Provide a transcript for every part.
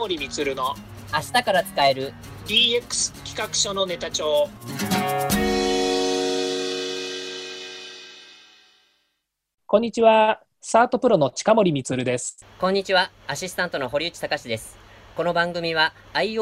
森充の明日から使える DX 企画書のネタ帳。こんにちは、サートプロの近森充です。 こんにちは、アシスタントの堀内隆です。この番組は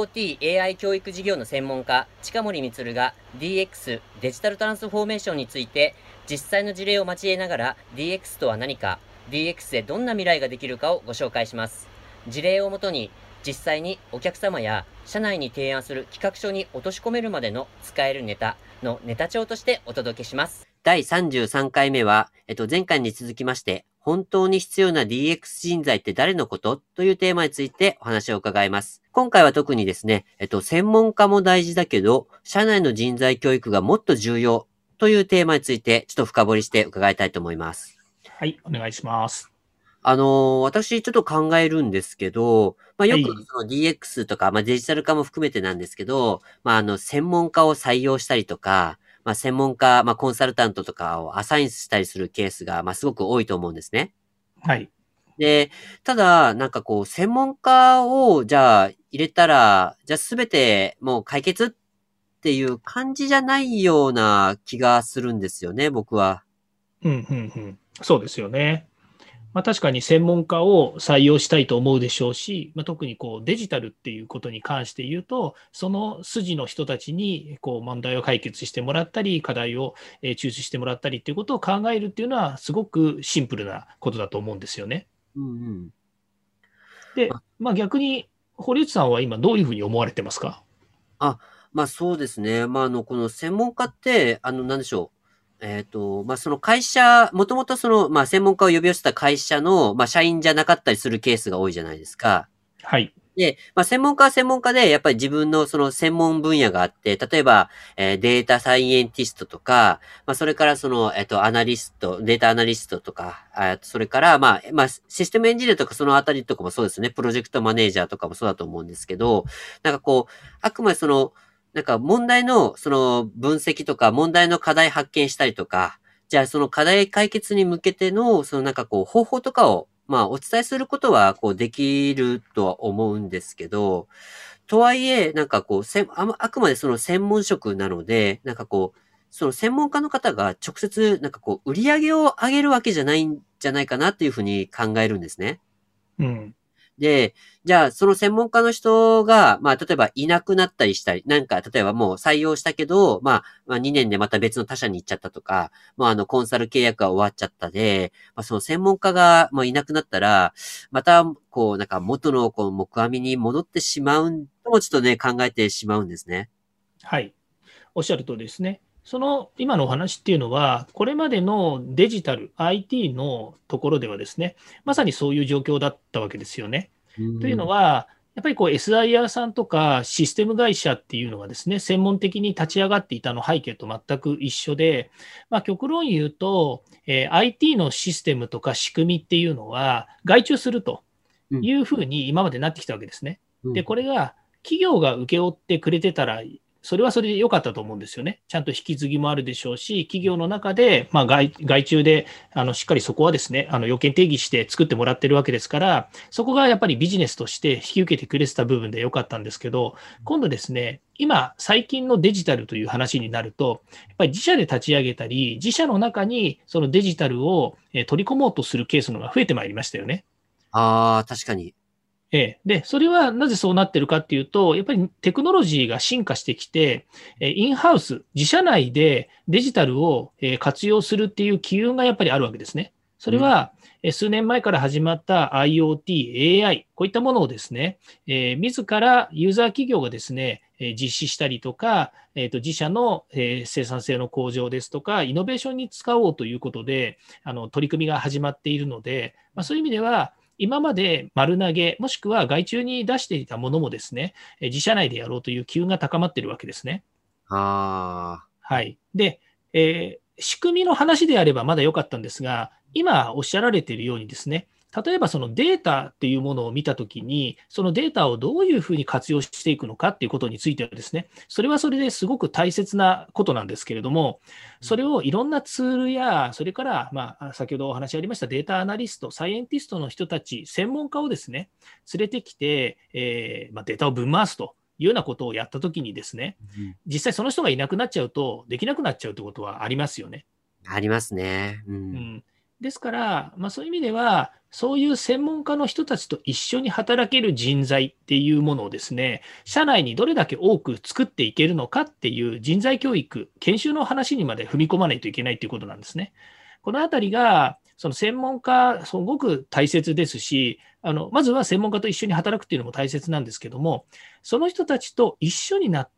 IoT AI 教育事業の専門家近森充が DX デジタルトランスフォーメーションについて実際の事例を交えながら DX とは何か、 DX でどんな未来ができるかをご紹介します。事例をもとに実際にお客様や社内に提案する企画書に落とし込めるまでの使えるネタのネタ帳としてお届けします。第33回目は、前回に続きまして、本当に必要な DX 人材って誰のことというテーマについてお話を伺います。今回は特にですね、専門家も大事だけど、社内の人材教育がもっと重要というテーマについて、ちょっと深掘りして伺いたいと思います。 はい、お願いします。 私ちょっと考えるんですけど、よくはい、 その DX とか、デジタル化も含めてなんですけど、専門家を採用したりとか、専門家、コンサルタントとかをアサインしたりするケースが、すごく多いと思うんですね。 はい、 で、ただ、専門家を、じゃあ、入れたら、じゃあすべてもう解決っていう感じじゃないような気がするんですよね、僕は。 そうですよね。確かに専門家を採用したいと思うでしょうし、特にデジタルっていうことに関して言うと、その筋の人たちに問題を解決してもらったり、課題を抽出してもらったりっていうことを考えるっていうのは、すごくシンプルなことだと思うんですよね。 うんうん。 で、逆に、堀内さんは今どういうふうに思われてますか？ あ、そうですね。この専門家って、なんでしょう。その会社、もともとその、専門家を呼び寄せた会社の、社員じゃなかったりするケースが多いじゃないですか。 はい。 で、専門家は専門家で、やっぱり自分のその専門分野があって、例えば、データサイエンティストとか、それからその、アナリスト、データアナリストとか、それから、システムエンジニアとかそのあたりとかもそうですね、プロジェクトマネージャーとかもそうだと思うんですけど、あくまでその、問題のその分析とか、問題の課題発見したりとか、じゃあその課題解決に向けての、その方法とかをお伝えすることは、できるとは思うんですけど、とはいえ、あくまでその専門職なので、その専門家の方が直接、売り上げを上げるわけじゃないんじゃないかなっていうふうに考えるんですね。 うん。 で、じゃあ、その専門家の人が、例えばいなくなったりしたり、例えばもう採用したけど、2年でまた別の他社に行っちゃったとか、コンサル契約が終わっちゃったで、その専門家が、いなくなったら、また、元の、木阿弥に戻ってしまうともちょっとね、考えてしまうんですね。 はい。おっしゃる通りですね。その今のお話っていうのは、これまでのデジタル、IT のところではですね、まさにそういう状況だったわけですよね。といううん。 のは、やっぱりSIR さんとかシステム会社っていうのがですね、専門的に立ち上がっていたの背景と全く一緒で、極論言うと、IT のシステムとか仕組みっていうのは外注するとうん。 いうふうに今までなってきたわけですね。で、 うん。 これが企業が請け負ってくれてたら、それはそれで良かったと思うんですよね。ちゃんと引き継ぎもあるでしょうし、企業の中で、外注でしっかりそこはですね、要件定義して作ってもらってるわけですから、そこがやっぱりビジネスとして引き受けてくれてた部分で良かったんですけど、今度ですね、今、最近のデジタルという話になると、やっぱり自社で立ち上げたり、自社の中にそのデジタルを取り込もうとするケースのが増えてまいりましたよね。 ああ、確かに。 で、それはなぜそうなってるかっていうと、やっぱりテクノロジーが進化してきて、インハウス、自社内でデジタルを活用するっていう機運がやっぱりあるわけですね。そうん。 れは、数年前から始まった IoT、AI、こういったものをですね、自らユーザー企業がですね、実施したりとか、自社の生産性の向上ですとか、イノベーションに使おうということで、取り組みが始まっているので、そういう意味では、今まで丸投げ、もしくは外注に出していたものもですね、自社内でやろうという機運が高まっているわけですね。 ああ。 はい。で、仕組みの話であればまだ良かったんですが、今おっしゃられているようにですね、 例えばそのデータっていうものを見たときに、そのデータをどういうふうに活用していくのかっていうことについてはですね、それはそれですごく大切なことなんですけれども、それをいろんなツールや、それから、先ほどお話ありましたデータアナリスト、サイエンティストの人たち、専門家をですね、連れてきて、データをぶん回すというようなことをやったときにですね、 うん。 実際その人がいなくなっちゃうと、できなくなっちゃうということはありますよね。 ありますね。うん。 うん、ですから、そういう意味では、そういう専門家の人たちと一緒に働ける人材っていうものをですね、社内にどれだけ多く作っていけるのかっていう人材教育、研修の話にまで踏み込まないといけないということなんですね。このあたりが、その専門家、すごく大切ですし、まずは専門家と一緒に働くっていうのも大切なんですけども、その人たちと一緒になって、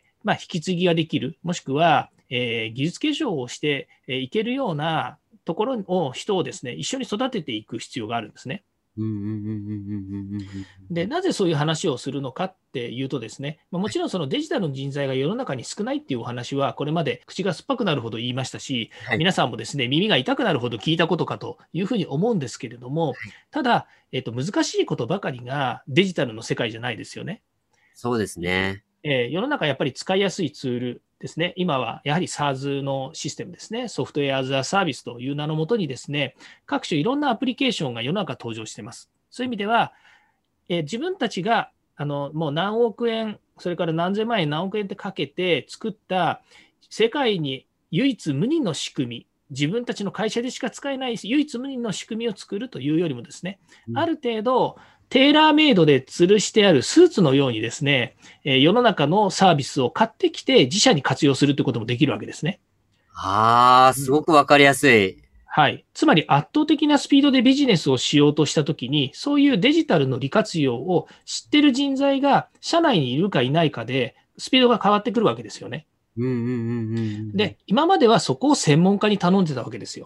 引き継ぎができる、もしくは、技術継承をしていけるようなところを、人をですね、一緒に育てていく必要があるんですね。 うんうんうんうんうんうんで、なぜそういう話をするのかっていうとですね、もちろんそのデジタルの人材が世の中に少ないっていうお話は、これまで口が酸っぱくなるほど言いましたし、 はい。 皆さんもですね、耳が痛くなるほど聞いたことかというふうに思うんですけれども、ただ、難しいことばかりがデジタルの世界じゃないですよね。 そうですね。 世の中やっぱり使いやすいツールですね、今はやはり SaaS のシステムですね、ソフトウェア・アズ・ア・サービスという名のもとにですね、各種いろんなアプリケーションが世の中登場しています。そういう意味では、自分たちがもう何億円、それから何千万円、何億円ってかけて作った世界に唯一無二の仕組み、自分たちの会社でしか使えない唯一無二の仕組みを作るというよりもですね、 うん。 ある程度、テーラーメイドで吊るしてあるスーツのようにですね、世の中のサービスを買ってきて自社に活用するということもできるわけですね。 ああ、すごくわかりやすい。 はい。つまり圧倒的なスピードでビジネスをしようとしたときに、そういうデジタルの利活用を知ってる人材が社内にいるかいないかで、スピードが変わってくるわけですよね。 うんうんうんうんうんうん。 で、今まではそこを専門家に頼んでたわけですよ。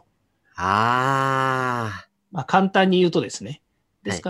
あ簡単に言うとですね。 あ、 ですはい。 から、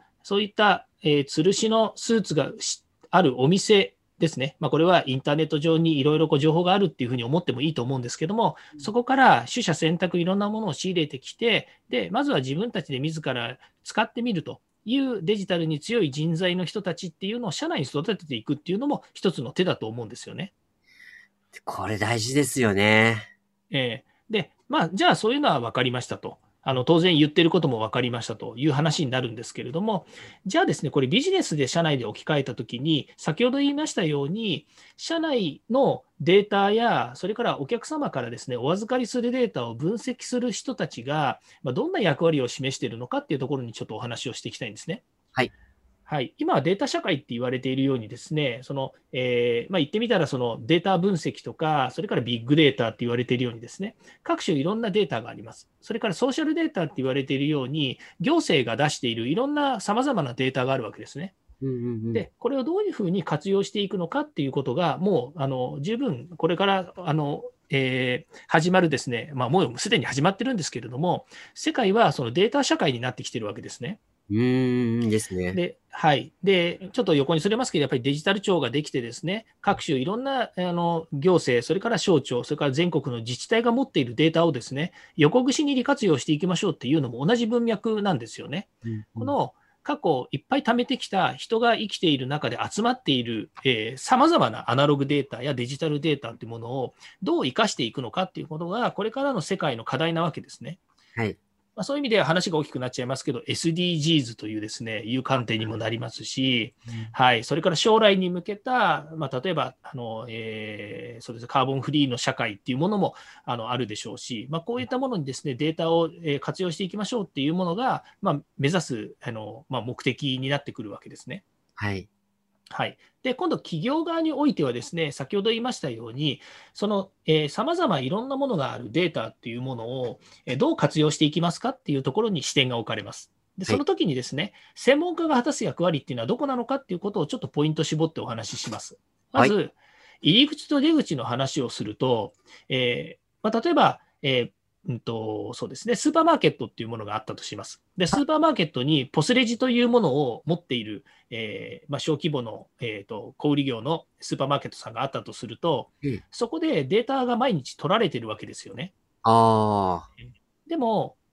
そういった、吊るしのスーツがあるお店ですね。これはインターネット上にいろいろ情報があるっていうふうに思ってもいいと思うんですけども、そこから取捨選択いろんなものを仕入れてきて、で、まずは自分たちで自ら使ってみるというデジタルに強い人材の人たちっていうのを社内に育てていくっていうのも一つの手だと思うんですよね。 これ大事ですよね。 で、じゃあそういうのは分かりましたと。当然言ってることも分かりましたという話になるんですけれども、じゃあですね、これビジネスで社内で置き換えたときに、先ほど言いましたように、社内のデータや、それからお客様からですね、お預かりするデータを分析する人たちが、どんな役割を示しているのかっていうところにちょっとお話をしていきたいんですね。 はい。 はい、今はデータ社会って言われているようにですね、言ってみたらそのデータ分析とか、それからビッグデータって言われているようにですね、各種いろんなデータがあります。それからソーシャルデータって言われているように、行政が出しているいろんな様々なデータがあるわけですね。 うんうんうん。 で、これをどういうふうに活用していくのかっていうことが、もう十分これから始まるですね、もうすでに始まってるんですけれども、世界はそのデータ社会になってきてるわけですね。 うーん、ですね。 で、はい。で、ちょっと横にそれますけど、やっぱりデジタル庁ができてですね、各種いろんな行政、それから省庁、それから全国の自治体が持っているデータをですね、横串に利活用していきましょうっていうのも同じ文脈なんですよね。 うんうん。 この過去いっぱい貯めてきた人が生きている中で集まっているさまざまなアナログデータやデジタルデータというものをどう生かしていくのかっていうことが、これからの世界の課題なわけですね。 はい。 そういう意味では話が大きくなっちゃいますけど、SDGs というですね、いう観点にもなりますし、 うん。 はい、それから将来に向けた、例えばそうですね、カーボンフリーの社会っていうものもあるでしょうし、こういったものにですね、データを活用していきましょうっていうものが、目指す目的になってくるわけですね。 はい。 はい、で今度、企業側においてはですね、先ほど言いましたように、そのさまざまいろんなものがあるデータっていうものをどう活用していきますかっていうところに視点が置かれます。で、 はい。 その時にですね、専門家が果たす役割っていうのはどこなのかっていうことをちょっとポイント絞ってお話しします。まはい。 ず、入り口と出口の話をすると、例えば、そうですね、スーパーマーケットっていうものがあったとします。で、スーパーマーケットにポスレジというものを持っている、小規模の、小売業のスーパーマーケットさんがあったとすると、 うん。 そこでデータが毎日取られてるわけですよね。 ああ。 でも、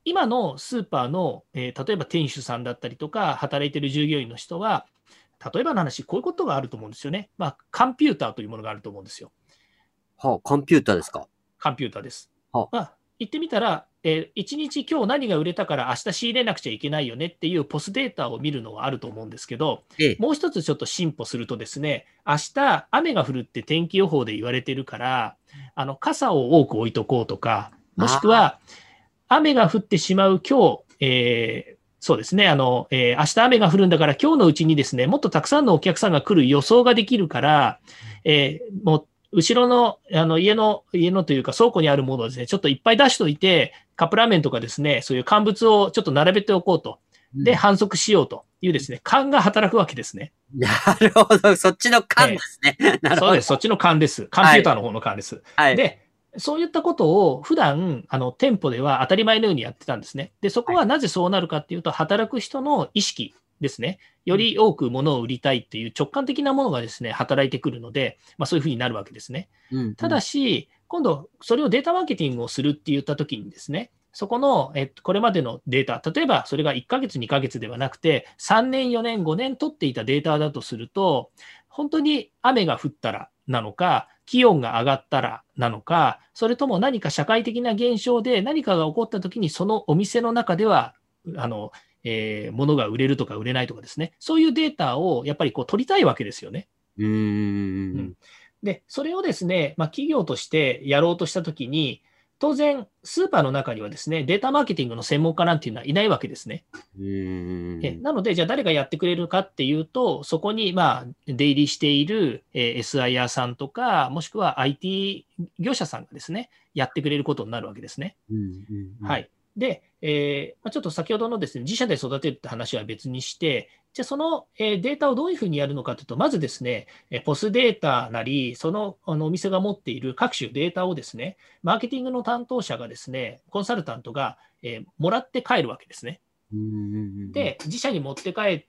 今のスーパーの、例えば店主さんだったりとか、働いている従業員の人は、例えばの話、こういうことがあると思うんですよね。コンピューターというものがあると思うんですよ。 はあ、コンピューターですか？ コンピューターです。 は言ってみたら、1日今日何が売れたから明日仕入れなくちゃいけないよねっていうポスデータを見るのはあると思うんですけど、 ええ。 もう一つちょっと進歩するとですね、明日雨が降るって天気予報で言われてるから、傘を多く置いとこうとか、もしあくは雨が降ってしまう今日、そうですね、明日雨が降るんだから今日のうちにですね、もっとたくさんのお客さんが来る予想ができるから、もう後ろの家のというか倉庫にあるものをですね、ちょっといっぱい出しといて、カップラーメンとかですね、そういう乾物をちょっと並べておこうと。で、 うん。 販促しようというですね、勘が働くわけですね。 なるほど。そっちのええ、 勘ですね。なるほど。 そうです。そっちの勘です。コンはい。 ピューターの方の勘です。 はい。 で、そういったことを普段、店舗では当たり前のようにやってたんですね。で、そこはい。 はなぜそうなるかっていうと、働く人の意識ですね。ようん。 り多く物を売りたいっていう直感的なものがですね、働いてくるので、そういうふうになるわけですね。たうんうん。 だし、今度、それをデータマーケティングをするって言ったときにですね、そこの、これまでのデータ、例えばそれが1ヶ月、2ヶ月ではなくて、3年、4年、5年取っていたデータだとすると、本当に雨が降ったらなのか、気温が上がったらなのか、それとも何か社会的な現象で何かが起こったときに、そのお店の中では、あの、物が売れるとか売れないとかですね、そういうデータをやっぱりこう取りたいわけですよね。 うーん。 うん、で、それをですね、企業としてやろうとしたときに、当然、スーパーの中にはですね、データマーケティングの専門家なんていうのはいないわけですね。 うーん。 なので、じゃあ誰がやってくれるかっていうと、そこに出入りしているSIR さんとか、もしくは IT 業者さんがですね、やってくれることになるわけですね。 うんうんうん。 はい。で、ちょっと先ほどのですね、自社で育てるって話は別にして、じゃあそのデータをどういうふうにやるのかというと、まずですね、ポスデータなり、そのお店が持っている各種データをですね、マーケティングの担当者がですね、コンサルタントがもらって帰るわけですね。 うんうんうんうん。 で、自社に持って帰って、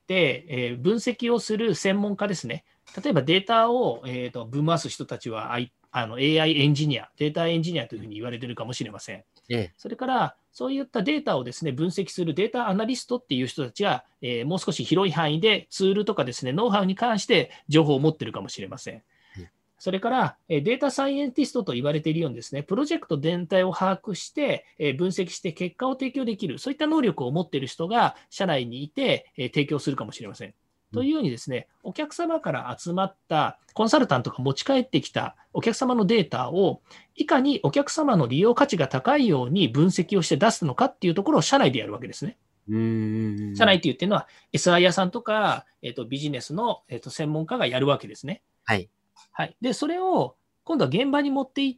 分析をする専門家ですね。例えばデータを、ぶん回す人たちは、AI エンジニア、データエンジニアというふうに言われているかもしれません。 ええ。 それから、そういったデータをですね、分析するデータアナリストっていう人たちは、もう少し広い範囲でツールとかですね、ノウハウに関して情報を持っているかもしれません。 はい。 それから、データサイエンティストと言われているようにですね、プロジェクト全体を把握して、分析して結果を提供できる、そういった能力を持っている人が社内にいて、提供するかもしれません。 うん。 というようにですね、お客様から集まったコンサルタントが持ち帰ってきたお客様のデータを、いかにお客様の利用価値が高いように分析をして出すのかっていうところを社内でやるわけですね。 うんうん社内っうん。 て言ってるのは SIR さんとか、ビジネスの、専門家がやるわけですね。 はい。 はい。で、それを今度は現場に持っていって、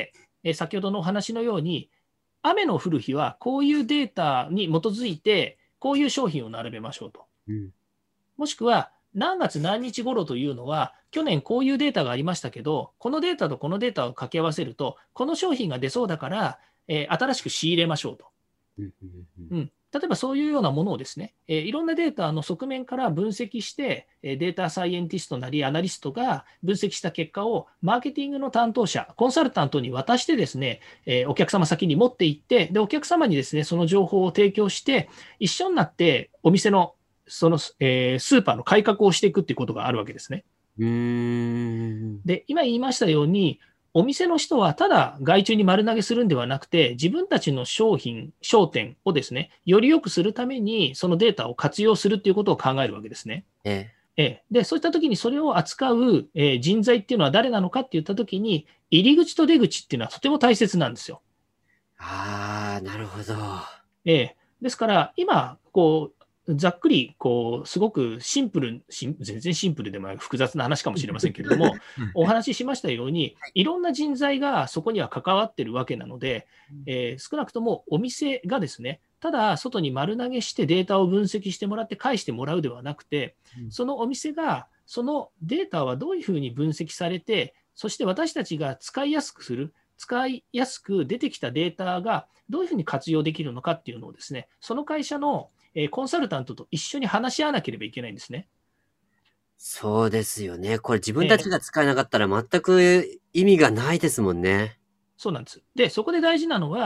先ほどのお話のように、雨の降る日はこういうデータに基づいて、こういう商品を並べましょうと。 うん。 もしくは、何月何日頃というのは、去年こういうデータがありましたけど、このデータとこのデータを掛け合わせると、この商品が出そうだから、新しく仕入れましょうと。 うんうんうん。 例えばそういうようなものをですね、いろんなデータの側面から分析して、データサイエンティストなりアナリストが分析した結果をマーケティングの担当者、コンサルタントに渡してですね、お客様先に持って行って、で、お客様にですね、その情報を提供して、一緒になってお店のその、スーパーの改革をしていくっていうことがあるわけですね。 うーん。 で、今言いましたように、お店の人はただ外注に丸投げするんではなくて、自分たちの商品、商店をですね、より良くするために、そのデータを活用するということを考えるわけですね。 ええ。 で、そういったときにそれを扱う、人材っていうのは誰なのかって言ったときに、入り口と出口っていうのはとても大切なんですよ。 ああ、なるほど。 ですから、今、こざっくり、すごくシンプル、全然シンプルでもない複雑な話かもしれませんけれども、お話ししましたように、いろんな人材がそこには関わってるわけなので、少なくともお店がですね、ただ外に丸投げしてデータを分析してもらって返してもらうではなくて、 うん。 そのお店が、そのデータはどういうふうに分析されて、そして私たちが使いやすくする、使いやすく出てきたデータがどういうふうに活用できるのかっていうのをですね、その会社のコンサルタントと一緒に話し合わなければいけないんですね。 そうですよね。これ自分たちええ、 が使えなかったら全く意味がないですもんね。 そうなんです。で、そこで大事なのは、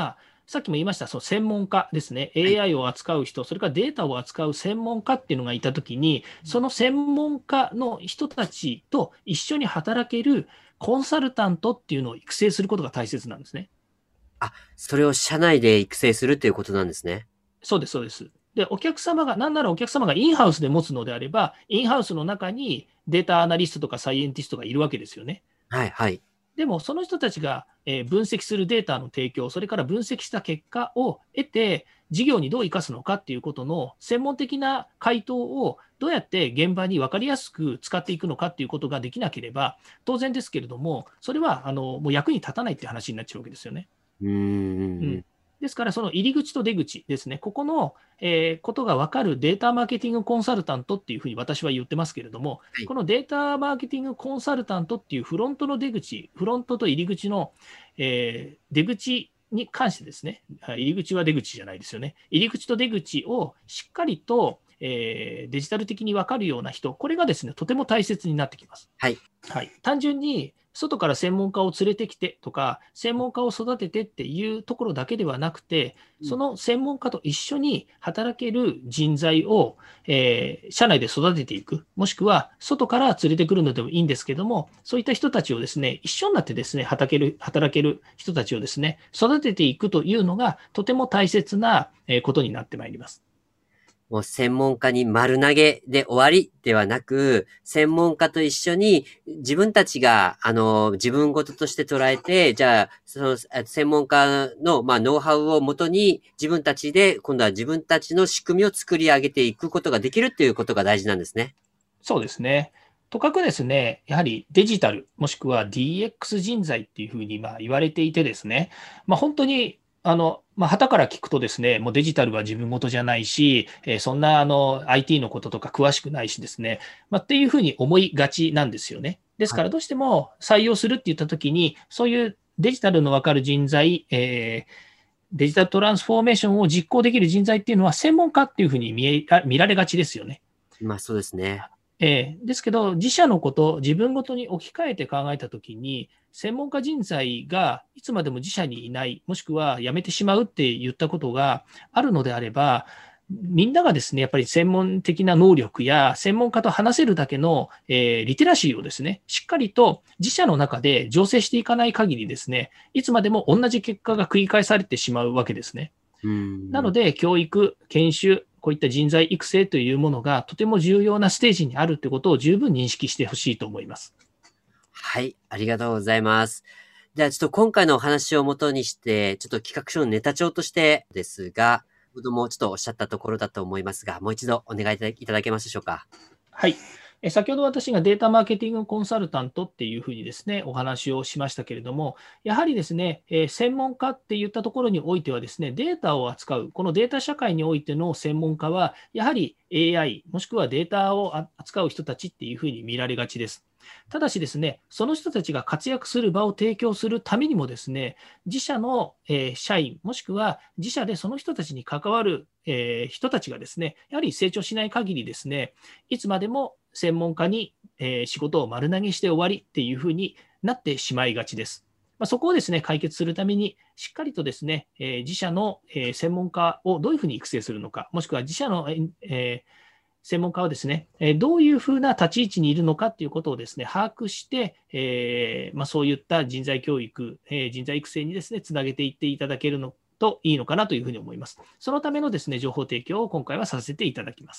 さっきも言いました、その専門家ですね、AI を扱う人、それからデータを扱う専門家っていうのがいたときに、その専門家の人たちと一緒に働けるコンサルタントっていうのを育成することが大切なんですね。 それを社内で育成するということなんですね。 そうです、そうです。で、お客様が、なんならお客様がインハウスで持つのであれば、インハウスの中にデータアナリストとかサイエンティストがいるわけですよね。 はいはい。 でも、その人たちが分析するデータの提供、それから分析した結果を得て、事業にどう生かすのかっていうことの専門的な回答をどうやって現場に分かりやすく使っていくのかっていうことができなければ、当然ですけれども、それはもう役に立たないっていう話になっちゃうわけですよね。 うーん。 ですから、その入り口と出口ですね、ここの、ことが分かるデータマーケティングコンサルタントっていうふうに私は言ってますけれども、 はい。 このデータマーケティングコンサルタントっていうフロントの出口、フロントと入り口の、出口に関してですね、入り口は出口じゃないですよね、入り口と出口をしっかりと、デジタル的に分かるような人、これがですね、とても大切になってきます。 はい。 はい、単純に外から専門家を連れてきてとか、専門家を育ててっていうところだけではなくて、 うん。 その専門家と一緒に働ける人材を、社内で育てていく、もしくは外から連れてくるのでもいいんですけども、そういった人たちをですね、一緒になってですね、働ける人たちをですね、育てていくというのが、とても大切なことになってまいります。 もう専門家に丸投げで終わりではなく、専門家と一緒に自分たちが、自分事として捉えて、じゃあ、その、専門家の、ノウハウをもとに、自分たちで、今度は自分たちの仕組みを作り上げていくことができるっていうことが大事なんですね。 そうですね。とかくですね、やはりデジタル、もしくは DX 人材っていうふうに言われていてですね、本当に旗から聞くとですね、もうデジタルは自分事じゃないし、そんなIT のこととか詳しくないしですね、っていうふうに思いがちなんですよね。ですはい。 からどうしても採用するって言ったときに、そういうデジタルの分かる人材、デジタルトランスフォーメーションを実行できる人材っていうのは専門家っていうふうに見られがちですよね。 そうですね。 ですけど、自社のこと、自分ごとに置き換えて考えたときに、専門家人材がいつまでも自社にいない、もしくは辞めてしまうって言ったことがあるのであれば、みんながですね、やっぱり専門的な能力や専門家と話せるだけの、リテラシーをですね、しっかりと自社の中で醸成していかない限りですね、いつまでも同じ結果が繰り返されてしまうわけですね。 うーん。 なので、教育、研修、こういった人材育成というものがとても重要なステージにあるということを十分認識してほしいと思います。 はい、ありがとうございます。じゃあちょっと今回のお話をもとにして、ちょっと企画書のネタ帳としてですが、先ほどもちょっとおっしゃったところだと思いますが、もう一度お願いいただけますでしょうか。 はい。先ほど私がデータマーケティングコンサルタントっていうふうにですね、お話をしましたけれども、やはりですね、専門家っていったところにおいてはですね、データを扱う、このデータ社会においての専門家は、やはり AI、もしくはデータを扱う人たちっていうふうに見られがちです。ただしですね、その人たちが活躍する場を提供するためにもですね、自社の社員、もしくは自社でその人たちに関わる人たちがですね、やはり成長しない限りですね、いつまでも専門家に仕事を丸投げして終わりっていうふうになってしまいがちです。そこをですね、解決するために、しっかりとですね、自社の専門家をどういうふうに育成するのか、もしくは自社の専門家はですね、どういうふうな立ち位置にいるのかということをですね、把握して、そういった人材教育、人材育成にですね、つなげていっていただけるのといいのかなというふうに思います。そのためのですね、情報提供を今回はさせていただきます。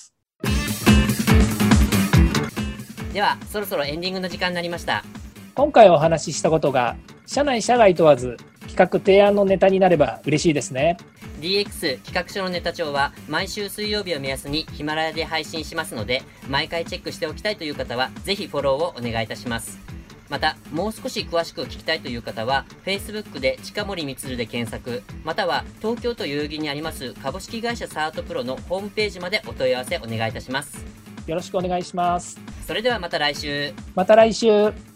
では、そろそろエンディングの時間になりました。 今回お話ししたことが、社内社外問わず、企画提案のネタになれば嬉しいですね。 DX 企画書のネタ帳は毎週水曜日を目安にヒマラヤで配信しますので、毎回チェックしておきたいという方は、ぜひフォローをお願いいたします。また、もう少し詳しく聞きたいという方は、Facebook で近森光で検索、または東京都代々木にあります株式会社サートプロのホームページまでお問い合わせお願いいたします。 よろしくお願いします。 それではまた来週。 また来週。